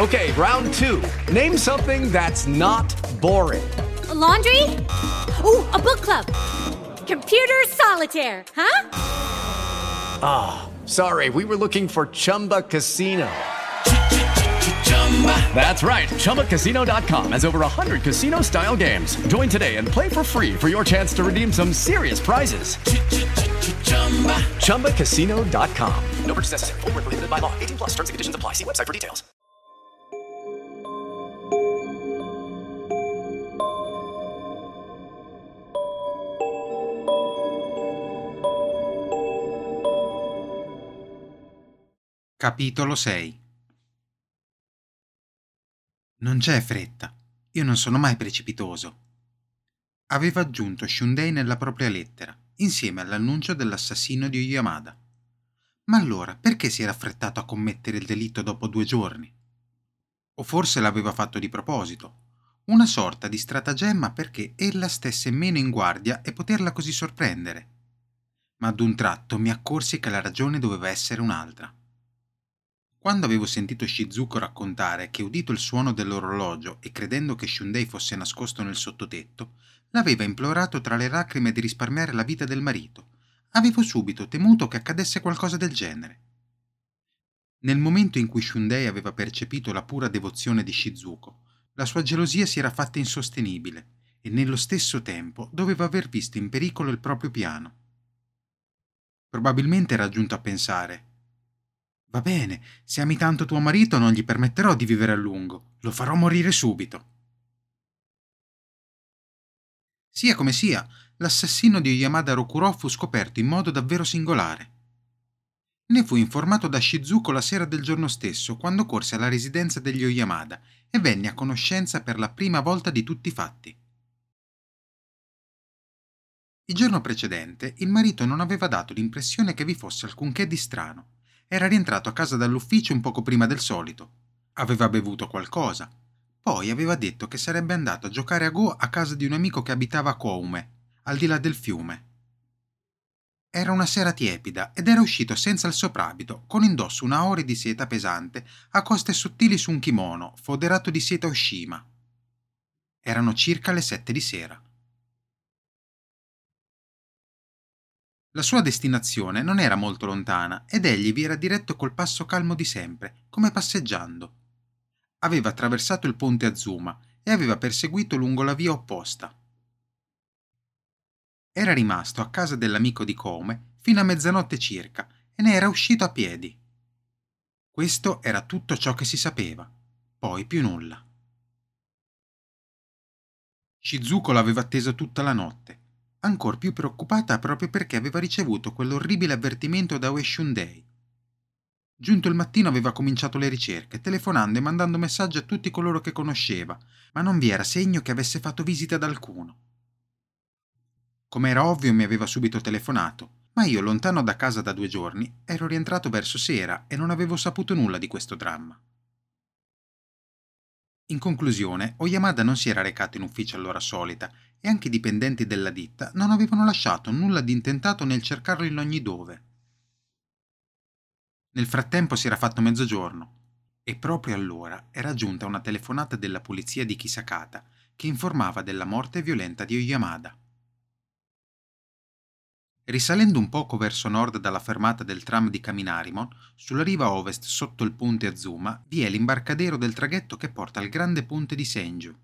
Okay, round two. Name something that's not boring. A laundry? Ooh, a book club. Computer solitaire, huh? Ah, sorry, we were looking for Chumba Casino. That's right, ChumbaCasino.com has over 100 casino-style games. Join today and play for free for your chance to redeem some serious prizes. ChumbaCasino.com. No purchase necessary. Void where prohibited by law. 18 plus terms and conditions apply. See website for details. Capitolo 6. Non c'è fretta. Io non sono mai precipitoso. Aveva aggiunto Shundei nella propria lettera, insieme all'annuncio dell'assassino di Oyamada. Ma allora, perché si era affrettato a commettere il delitto dopo 2 giorni? O forse l'aveva fatto di proposito, una sorta di stratagemma perché ella stesse meno in guardia e poterla così sorprendere. Ma ad un tratto mi accorsi che la ragione doveva essere un'altra. Quando avevo sentito Shizuko raccontare che, udito il suono dell'orologio e credendo che Shundei fosse nascosto nel sottotetto, l'aveva implorato tra le lacrime di risparmiare la vita del marito, avevo subito temuto che accadesse qualcosa del genere. Nel momento in cui Shundei aveva percepito la pura devozione di Shizuko, la sua gelosia si era fatta insostenibile e nello stesso tempo doveva aver visto in pericolo il proprio piano. Probabilmente era giunto a pensare: va bene, se ami tanto tuo marito non gli permetterò di vivere a lungo, lo farò morire subito. Sia come sia, l'assassino di Oyamada Rokuro fu scoperto in modo davvero singolare. Ne fu informato da Shizuko la sera del giorno stesso, quando corse alla residenza degli Oyamada e venne a conoscenza per la prima volta di tutti i fatti. Il giorno precedente il marito non aveva dato l'impressione che vi fosse alcunché di strano. Era rientrato a casa dall'ufficio un poco prima del solito. Aveva bevuto qualcosa. Poi aveva detto che sarebbe andato a giocare a Go a casa di un amico che abitava a Koume, al di là del fiume. Era una sera tiepida ed era uscito senza il soprabito, con indosso una ori di seta pesante a coste sottili su un kimono foderato di seta Oshima. Erano circa le 7 di sera. La sua destinazione non era molto lontana ed egli vi era diretto col passo calmo di sempre, come passeggiando. Aveva attraversato il ponte Azuma e aveva perseguito lungo la via opposta. Era rimasto a casa dell'amico di Koume fino a mezzanotte circa e ne era uscito a piedi. Questo era tutto ciò che si sapeva, poi più nulla. Shizuko l'aveva atteso tutta la notte, ancor più preoccupata proprio perché aveva ricevuto quell'orribile avvertimento da Ue Shundei. Giunto il mattino aveva cominciato le ricerche, telefonando e mandando messaggi a tutti coloro che conosceva, ma non vi era segno che avesse fatto visita ad alcuno. Come era ovvio mi aveva subito telefonato, ma io, lontano da casa da 2 giorni, ero rientrato verso sera e non avevo saputo nulla di questo dramma. In conclusione, Oyamada non si era recato in ufficio all'ora solita e anche i dipendenti della ditta non avevano lasciato nulla di intentato nel cercarlo in ogni dove. Nel frattempo si era fatto mezzogiorno e proprio allora era giunta una telefonata della polizia di Kisakata che informava della morte violenta di Oyamada. Risalendo un poco verso nord dalla fermata del tram di Kaminarimon, sulla riva ovest sotto il ponte Azuma vi è l'imbarcadero del traghetto che porta al grande ponte di Senju.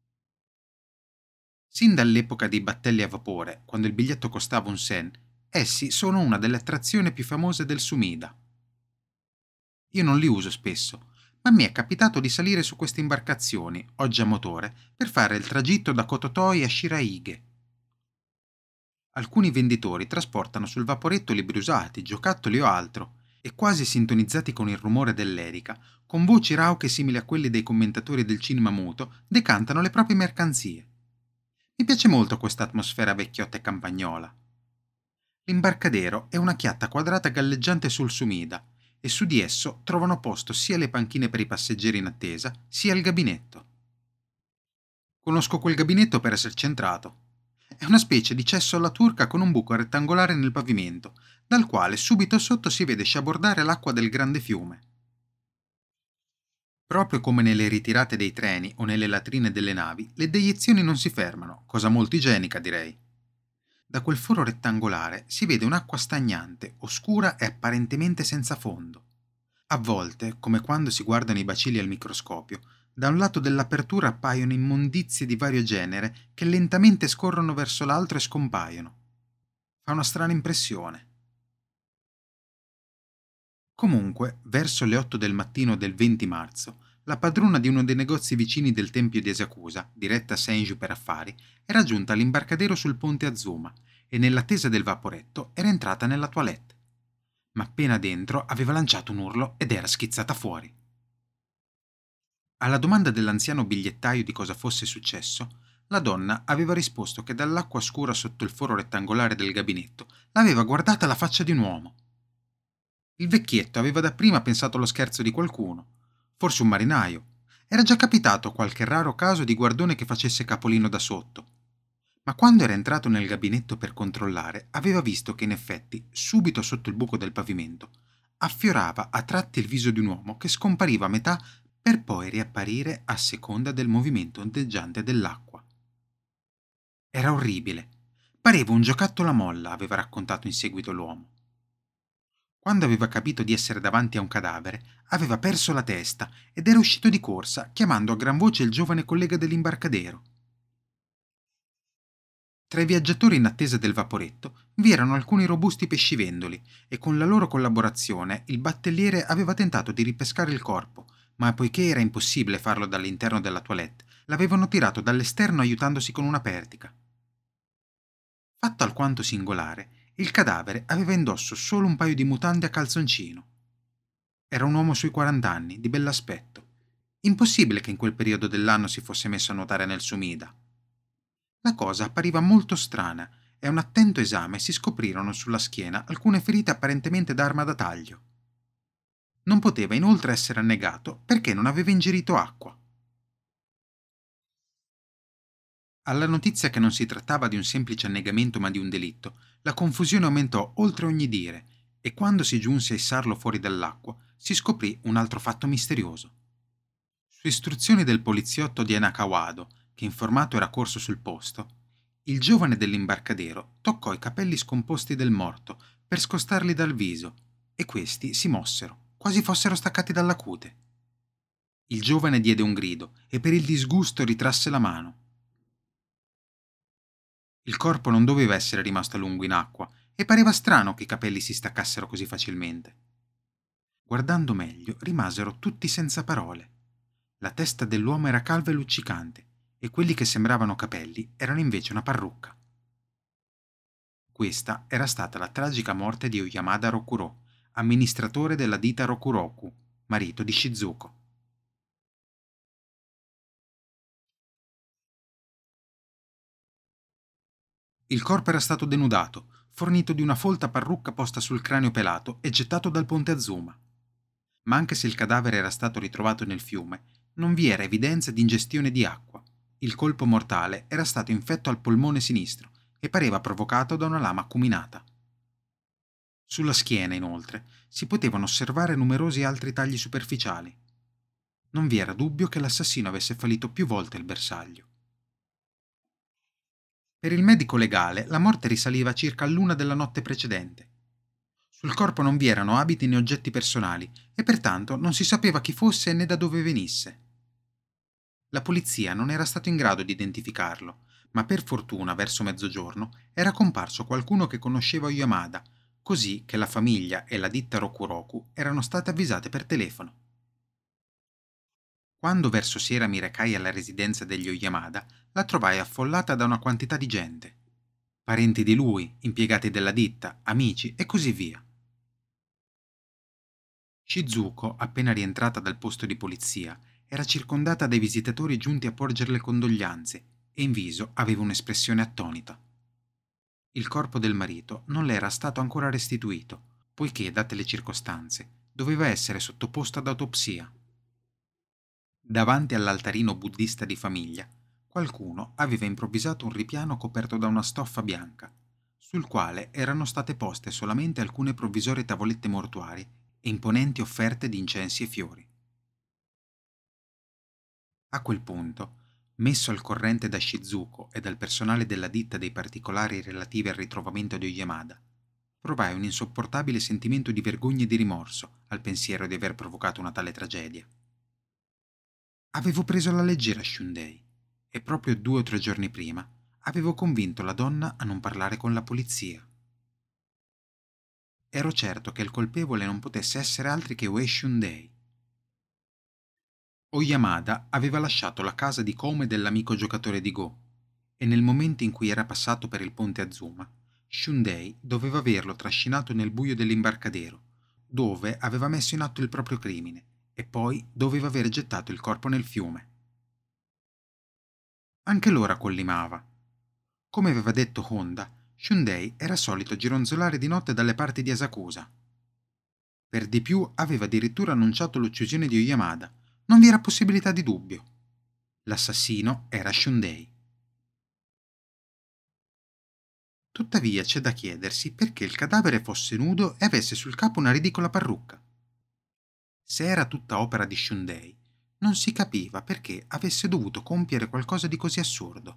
Sin dall'epoca dei battelli a vapore, quando il biglietto costava 1 sen, essi sono una delle attrazioni più famose del Sumida. Io non li uso spesso, ma mi è capitato di salire su queste imbarcazioni, oggi a motore, per fare il tragitto da Kototoi a Shiraige. Alcuni venditori trasportano sul vaporetto libri usati, giocattoli o altro, e quasi sintonizzati con il rumore dell'erica, con voci rauche simili a quelle dei commentatori del cinema muto, decantano le proprie mercanzie. Mi piace molto questa atmosfera vecchiotta e campagnola. L'imbarcadero è una chiatta quadrata galleggiante sul Sumida, e su di esso trovano posto sia le panchine per i passeggeri in attesa, sia il gabinetto. Conosco quel gabinetto per essere centrato. È una specie di cesso alla turca con un buco rettangolare nel pavimento, dal quale subito sotto si vede sciabordare l'acqua del grande fiume. Proprio come nelle ritirate dei treni o nelle latrine delle navi, le deiezioni non si fermano, cosa molto igienica direi. Da quel foro rettangolare si vede un'acqua stagnante, oscura e apparentemente senza fondo. A volte, come quando si guardano i bacilli al microscopio, da un lato dell'apertura appaiono immondizie di vario genere che lentamente scorrono verso l'altro e scompaiono. Fa una strana impressione. Comunque, verso le 8 del mattino del 20 marzo, la padrona di uno dei negozi vicini del tempio di Asakusa, diretta a Senju per affari, era giunta all'imbarcadero sul ponte Azuma e nell'attesa del vaporetto era entrata nella toilette. Ma appena dentro aveva lanciato un urlo ed era schizzata fuori. Alla domanda dell'anziano bigliettaio di cosa fosse successo, la donna aveva risposto che dall'acqua scura sotto il foro rettangolare del gabinetto l'aveva guardata la faccia di un uomo. Il vecchietto aveva dapprima pensato allo scherzo di qualcuno, forse un marinaio. Era già capitato qualche raro caso di guardone che facesse capolino da sotto. Ma quando era entrato nel gabinetto per controllare, aveva visto che in effetti, subito sotto il buco del pavimento, affiorava a tratti il viso di un uomo che scompariva a metà per poi riapparire a seconda del movimento ondeggiante dell'acqua. Era orribile. Pareva un giocattolo a molla, aveva raccontato in seguito l'uomo. Quando aveva capito di essere davanti a un cadavere, aveva perso la testa ed era uscito di corsa, chiamando a gran voce il giovane collega dell'imbarcadero. Tra i viaggiatori in attesa del vaporetto vi erano alcuni robusti pescivendoli e con la loro collaborazione il battelliere aveva tentato di ripescare il corpo, ma poiché era impossibile farlo dall'interno della toilette, l'avevano tirato dall'esterno aiutandosi con una pertica. Fatto alquanto singolare, il cadavere aveva indosso solo un paio di mutande a calzoncino. Era un uomo sui 40 anni, di bell'aspetto. Impossibile che in quel periodo dell'anno si fosse messo a nuotare nel Sumida. La cosa appariva molto strana e a un attento esame si scoprirono sulla schiena alcune ferite apparentemente d'arma da taglio. Non poteva inoltre essere annegato perché non aveva ingerito acqua. Alla notizia che non si trattava di un semplice annegamento ma di un delitto, la confusione aumentò oltre ogni dire e quando si giunse a issarlo fuori dall'acqua si scoprì un altro fatto misterioso. Su istruzioni del poliziotto di Anakawado, che informato era corso sul posto, il giovane dell'imbarcadero toccò i capelli scomposti del morto per scostarli dal viso e questi si mossero, quasi fossero staccati dalla cute. Il giovane diede un grido e per il disgusto ritrasse la mano. Il corpo non doveva essere rimasto a lungo in acqua e pareva strano che i capelli si staccassero così facilmente. Guardando meglio, rimasero tutti senza parole. La testa dell'uomo era calva e luccicante e quelli che sembravano capelli erano invece una parrucca. Questa era stata la tragica morte di Oyamada Rokuro, amministratore della ditta Rokuroku, marito di Shizuko. Il corpo era stato denudato, fornito di una folta parrucca posta sul cranio pelato e gettato dal ponte Azuma. Ma anche se il cadavere era stato ritrovato nel fiume, non vi era evidenza di ingestione di acqua. Il colpo mortale era stato infetto al polmone sinistro e pareva provocato da una lama acuminata. Sulla schiena, inoltre, si potevano osservare numerosi altri tagli superficiali. Non vi era dubbio che l'assassino avesse fallito più volte il bersaglio. Per il medico legale, la morte risaliva circa all'1 della notte precedente. Sul corpo non vi erano abiti né oggetti personali e pertanto non si sapeva chi fosse né da dove venisse. La polizia non era stato in grado di identificarlo, ma per fortuna verso mezzogiorno era comparso qualcuno che conosceva Oyamada, così che la famiglia e la ditta Rokuroku erano state avvisate per telefono. Quando verso sera mi recai alla residenza degli Oyamada, la trovai affollata da una quantità di gente. Parenti di lui, impiegati della ditta, amici e così via. Shizuko, appena rientrata dal posto di polizia, era circondata dai visitatori giunti a porgere le condoglianze e in viso aveva un'espressione attonita. Il corpo del marito non le era stato ancora restituito, poiché, date le circostanze, doveva essere sottoposto ad autopsia. Davanti all'altarino buddista di famiglia, qualcuno aveva improvvisato un ripiano coperto da una stoffa bianca, sul quale erano state poste solamente alcune provvisorie tavolette mortuarie e imponenti offerte di incensi e fiori. A quel punto, messo al corrente da Shizuko e dal personale della ditta dei particolari relativi al ritrovamento di Oyamada, provai un insopportabile sentimento di vergogna e di rimorso al pensiero di aver provocato una tale tragedia. Avevo preso alla leggera Shundei e proprio 2 o 3 giorni prima avevo convinto la donna a non parlare con la polizia. Ero certo che il colpevole non potesse essere altri che Ue Shundei. Oyamada aveva lasciato la casa di Koume dell'amico giocatore di Go e nel momento in cui era passato per il ponte Azuma, Shundei doveva averlo trascinato nel buio dell'imbarcadero, dove aveva messo in atto il proprio crimine e poi doveva aver gettato il corpo nel fiume. Anche l'ora collimava. Come aveva detto Honda, Shundei era solito gironzolare di notte dalle parti di Asakusa. Per di più aveva addirittura annunciato l'uccisione di Oyamada. Non vi era possibilità di dubbio. L'assassino era Shundei. Tuttavia c'è da chiedersi perché il cadavere fosse nudo e avesse sul capo una ridicola parrucca. Se era tutta opera di Shundei, non si capiva perché avesse dovuto compiere qualcosa di così assurdo.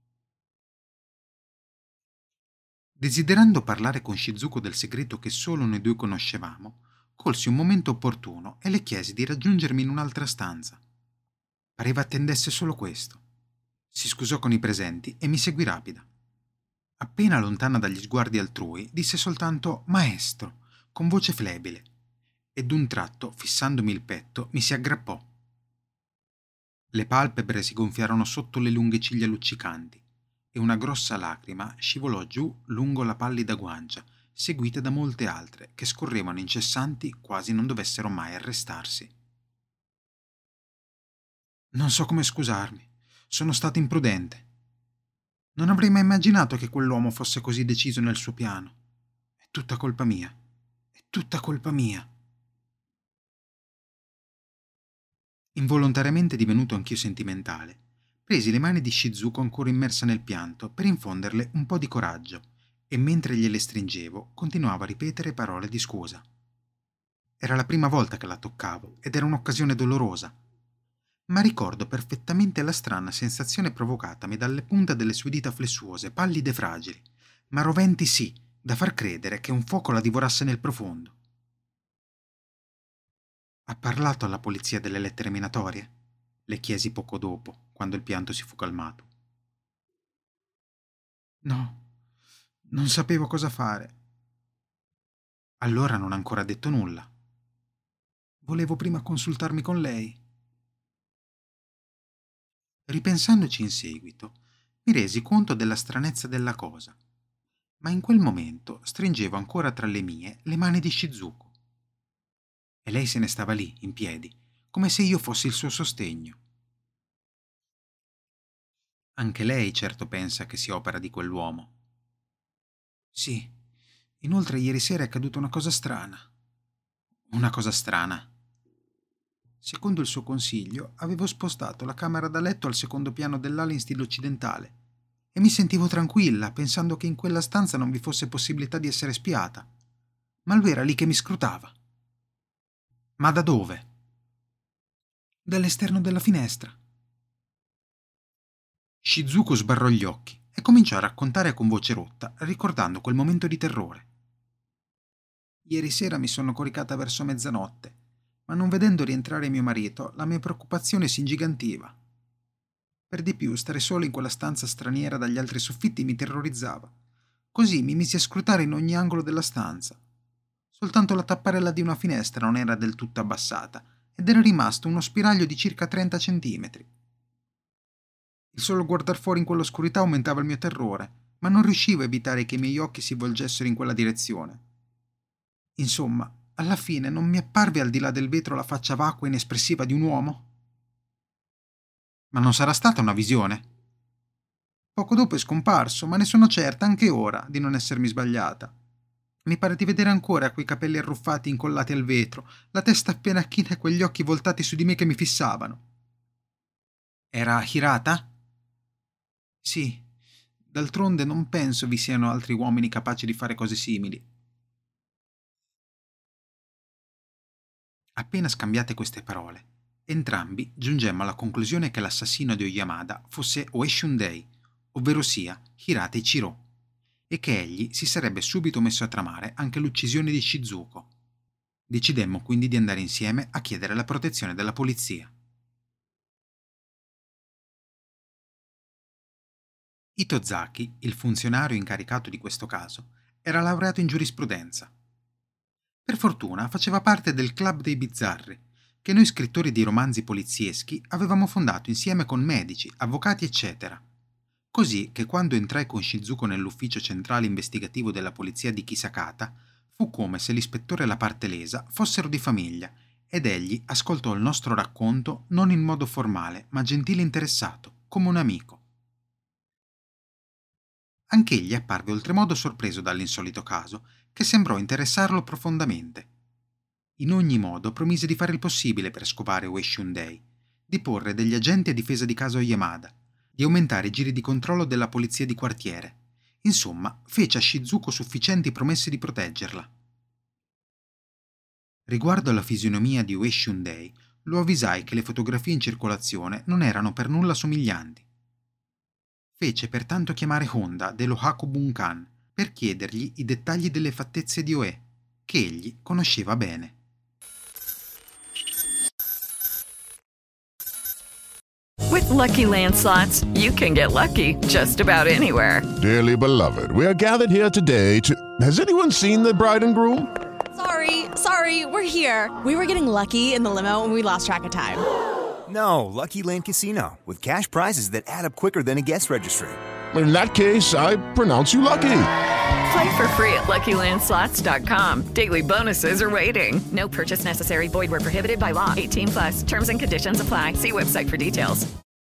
Desiderando parlare con Shizuko del segreto che solo noi due conoscevamo, colsi un momento opportuno e le chiesi di raggiungermi in un'altra stanza. Pareva attendesse solo questo. Si scusò con i presenti e mi seguì rapida. Appena lontana dagli sguardi altrui, disse soltanto «Maestro», con voce flebile, e d'un tratto, fissandomi il petto, mi si aggrappò. Le palpebre si gonfiarono sotto le lunghe ciglia luccicanti e una grossa lacrima scivolò giù lungo la pallida guancia, seguite da molte altre che scorrevano incessanti quasi non dovessero mai arrestarsi. Non so come scusarmi. Sono stato imprudente. Non avrei mai immaginato che quell'uomo fosse così deciso nel suo piano. È tutta colpa mia. È tutta colpa mia. Involontariamente divenuto anch'io sentimentale, presi le mani di Shizuko ancora immersa nel pianto per infonderle un po' di coraggio e mentre gliele stringevo continuavo a ripetere parole di scusa. Era la prima volta che la toccavo ed era un'occasione dolorosa, ma ricordo perfettamente la strana sensazione provocatami dalle punte delle sue dita flessuose, pallide e fragili, ma roventi sì, da far credere che un fuoco la divorasse nel profondo. Ha parlato alla polizia delle lettere minatorie? Le chiesi poco dopo, quando il pianto si fu calmato. No, non sapevo cosa fare. Allora non ha ancora detto nulla. Volevo prima consultarmi con lei. Ripensandoci in seguito, mi resi conto della stranezza della cosa, ma in quel momento stringevo ancora tra le mie le mani di Shizuko. E lei se ne stava lì, in piedi, come se io fossi il suo sostegno. Anche lei certo pensa che sia opera di quell'uomo. Sì, inoltre ieri sera è accaduta una cosa strana. Una cosa strana. Secondo il suo consiglio, avevo spostato la camera da letto al secondo piano dell'ala in stile occidentale e mi sentivo tranquilla, pensando che in quella stanza non vi fosse possibilità di essere spiata. Ma lui era lì che mi scrutava. Ma da dove? Dall'esterno della finestra. Shizuko sbarrò gli occhi e cominciò a raccontare con voce rotta, ricordando quel momento di terrore. Ieri sera mi sono coricata verso mezzanotte, ma non vedendo rientrare mio marito, la mia preoccupazione si ingigantiva. Per di più, stare solo in quella stanza straniera dagli altri soffitti mi terrorizzava. Così mi misi a scrutare in ogni angolo della stanza. Soltanto la tapparella di una finestra non era del tutto abbassata ed era rimasto uno spiraglio di circa 30 centimetri. Il solo guardar fuori in quell'oscurità aumentava il mio terrore, ma non riuscivo a evitare che i miei occhi si volgessero in quella direzione. Insomma, alla fine non mi apparve al di là del vetro la faccia vacua e inespressiva di un uomo? Ma non sarà stata una visione? Poco dopo è scomparso, ma ne sono certa anche ora di non essermi sbagliata. Mi pare di vedere ancora quei capelli arruffati incollati al vetro, la testa appena china e quegli occhi voltati su di me che mi fissavano. Era Hirata? Sì, d'altronde non penso vi siano altri uomini capaci di fare cose simili. Appena scambiate queste parole, Entrambi giungemmo alla conclusione che l'assassino di Oyamada fosse Ueshundei, ovvero sia Hirate Ichiro, e che egli si sarebbe subito messo a tramare anche l'uccisione di Shizuko. Decidemmo quindi di andare insieme a chiedere la protezione della polizia. Itozaki, il funzionario incaricato di questo caso, era laureato in giurisprudenza. Per fortuna faceva parte del club dei bizzarri, che noi scrittori di romanzi polizieschi avevamo fondato insieme con medici, avvocati, eccetera. Così che quando entrai con Shizuko nell'ufficio centrale investigativo della polizia di Kisakata, fu come se l'ispettore e la parte lesa fossero di famiglia, ed egli ascoltò il nostro racconto non in modo formale, ma gentile e interessato, come un amico. Anch'egli apparve oltremodo sorpreso dall'insolito caso, che sembrò interessarlo profondamente. In ogni modo promise di fare il possibile per scovare Ueshundei, di porre degli agenti a difesa di casa Oyamada, di aumentare i giri di controllo della polizia di quartiere. Insomma, fece a Shizuko sufficienti promesse di proteggerla. Riguardo alla fisionomia di Ueshundei, lo avvisai che le fotografie in circolazione non erano per nulla somiglianti. Fece pertanto chiamare Honda dello Hakobunkan per chiedergli i dettagli delle fattezze di Oe, che egli conosceva bene. With Lucky Land Slots, you can get lucky just about anywhere. Dearly beloved, we are gathered here today to... Has anyone seen the bride and groom? Sorry, we're here. We were getting lucky in the limo and we lost track of time. No, Lucky Land Casino, with cash prizes that add up quicker than a guest registry. In that case, I pronounce you lucky. Play for free at LuckyLandSlots.com. Daily bonuses are waiting. No purchase necessary. Void where prohibited by law. 18+. Terms and conditions apply. See website for details.